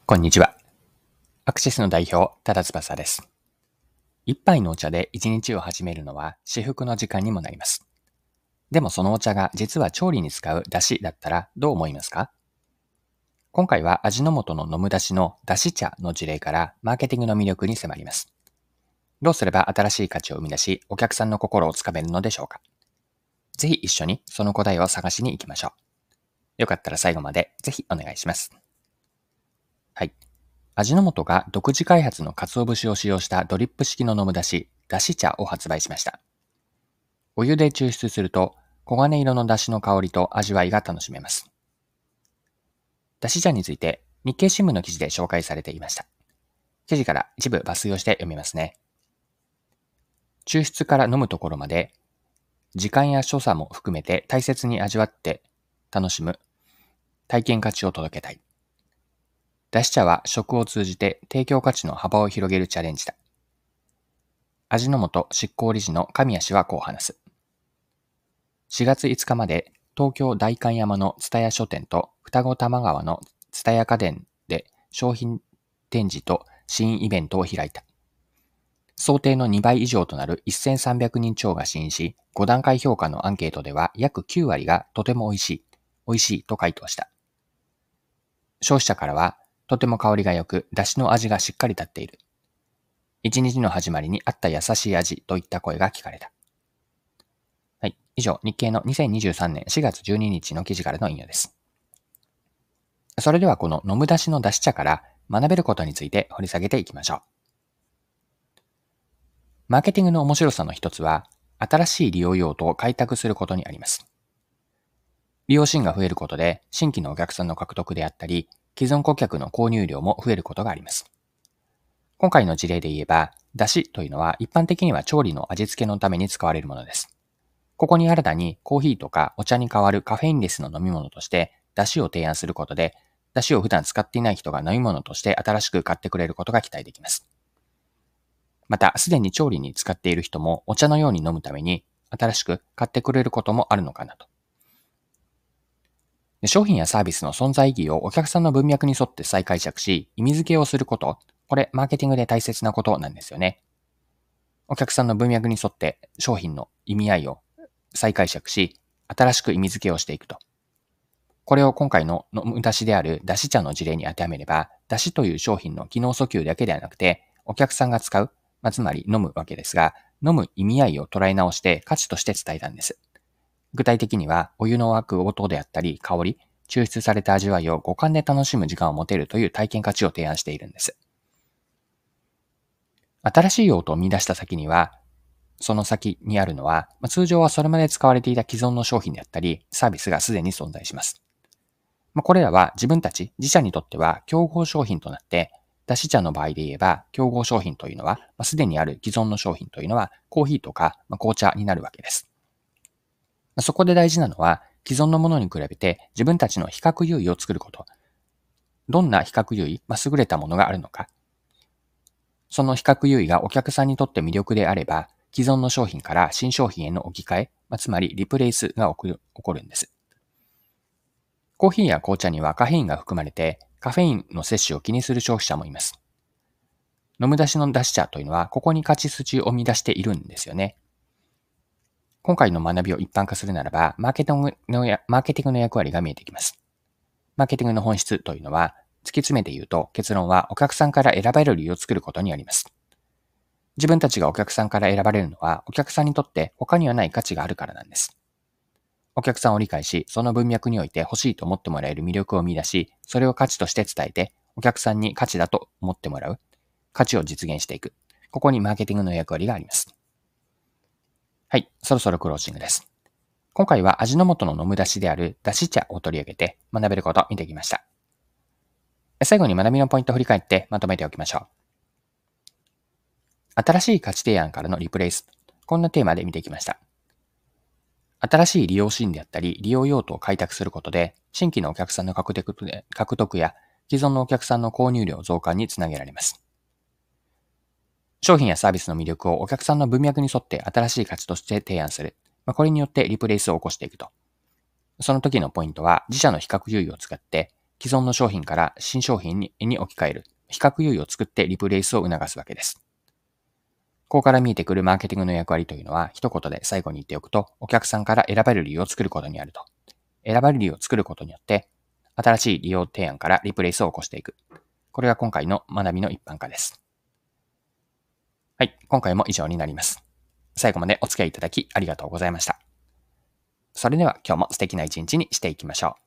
こんにちは。アクシスの代表、多田翼です。一杯のお茶で一日を始めるのは至福の時間にもなります。でもそのお茶が実は調理に使う出汁だったらどう思いますか？今回は味の素の飲む出汁の出汁茶の事例からマーケティングの魅力に迫ります。どうすれば新しい価値を生み出し、お客さんの心をつかめるのでしょうか？ぜひ一緒にその答えを探しに行きましょう。よかったら最後までぜひお願いします。はい。味の素が独自開発の鰹節を使用したドリップ式の飲む出汁、出汁茶を発売しました。お湯で抽出すると、黄金色の出汁の香りと味わいが楽しめます。出汁茶について日経新聞の記事で紹介されていました。記事から一部抜粋をして読みますね。抽出から飲むところまで、時間や所作も含めて大切に味わって楽しむ体験価値を届けたい。出汁茶は食を通じて提供価値の幅を広げるチャレンジだ。味の素執行理事の神谷氏はこう話す。4月5日まで東京代官山の蔦屋書店と双子玉川の蔦屋家電で商品展示と試飲イベントを開いた。想定の2倍以上となる1300人超が試飲し、5段階評価のアンケートでは約9割がとても美味しい、美味しいと回答した。消費者からは、とても香りが良く、出汁の味がしっかり立っている。一日の始まりに合った優しい味といった声が聞かれた。はい。以上、日経の2023年4月12日の記事からの引用です。それではこの飲む出汁の出汁茶から学べることについて掘り下げていきましょう。マーケティングの面白さの一つは、新しい利用用途を開拓することにあります。利用シーンが増えることで、新規のお客さんの獲得であったり、既存顧客の購入量も増えることがあります。今回の事例で言えば、出汁というのは一般的には調理の味付けのために使われるものです。ここに新たにコーヒーとかお茶に代わるカフェインレスの飲み物として出汁を提案することで、出汁を普段使っていない人が飲み物として新しく買ってくれることが期待できます。また、すでに調理に使っている人もお茶のように飲むために新しく買ってくれることもあるのかなと。商品やサービスの存在意義をお客さんの文脈に沿って再解釈し、意味付けをすること、これマーケティングで大切なことなんですよね。お客さんの文脈に沿って商品の意味合いを再解釈し、新しく意味付けをしていくと。これを今回の飲む出汁である出汁茶の事例に当てはめれば、出汁という商品の機能訴求だけではなくて、お客さんが使う、つまり飲むわけですが、飲む意味合いを捉え直して価値として伝えたんです。具体的には、お湯の沸く音であったり、香り、抽出された味わいを五感で楽しむ時間を持てるという体験価値を提案しているんです。新しい用途を見出した先には、その先にあるのは、通常はそれまで使われていた既存の商品であったり、サービスがすでに存在します。これらは自分たち、自社にとっては競合商品となって、出汁茶の場合で言えば、競合商品というのは、すでにある既存の商品というのは、コーヒーとか紅茶になるわけです。そこで大事なのは、既存のものに比べて自分たちの比較優位を作ること。どんな比較優位、優れたものがあるのか。その比較優位がお客さんにとって魅力であれば、既存の商品から新商品への置き換え、つまりリプレイスが起こるんです。コーヒーや紅茶にはカフェインが含まれて、カフェインの摂取を気にする消費者もいます。飲む出汁の出汁茶というのは、ここに勝ち筋を生み出しているんですよね。今回の学びを一般化するならば、マーケティングの役割が見えてきます。マーケティングの本質というのは、突き詰めて言うと結論はお客さんから選ばれる理由を作ることにあります。自分たちがお客さんから選ばれるのは、お客さんにとって他にはない価値があるからなんです。お客さんを理解し、その文脈において欲しいと思ってもらえる魅力を見出し、それを価値として伝えて、お客さんに価値だと思ってもらう。価値を実現していく。ここにマーケティングの役割があります。はい、そろそろクロージングです。今回は味の素の飲む出汁である出汁茶を取り上げて学べることを見てきました。最後に学びのポイントを振り返ってまとめておきましょう。新しい価値提案からのリプレイス。こんなテーマで見てきました。新しい利用シーンであったり、利用用途を開拓することで、新規のお客さんの獲得や既存のお客さんの購入量増加につなげられます。商品やサービスの魅力をお客さんの文脈に沿って新しい価値として提案する。これによってリプレイスを起こしていくと。その時のポイントは自社の比較優位を使って既存の商品から新商品に置き換える、比較優位を作ってリプレイスを促すわけです。ここから見えてくるマーケティングの役割というのは、一言で最後に言っておくと、お客さんから選ばれる理由を作ることにあると。選ばれる理由を作ることによって、新しい利用提案からリプレイスを起こしていく。これが今回の学びの一般化です。はい、今回も以上になります。最後までお付き合いいただきありがとうございました。それでは今日も素敵な一日にしていきましょう。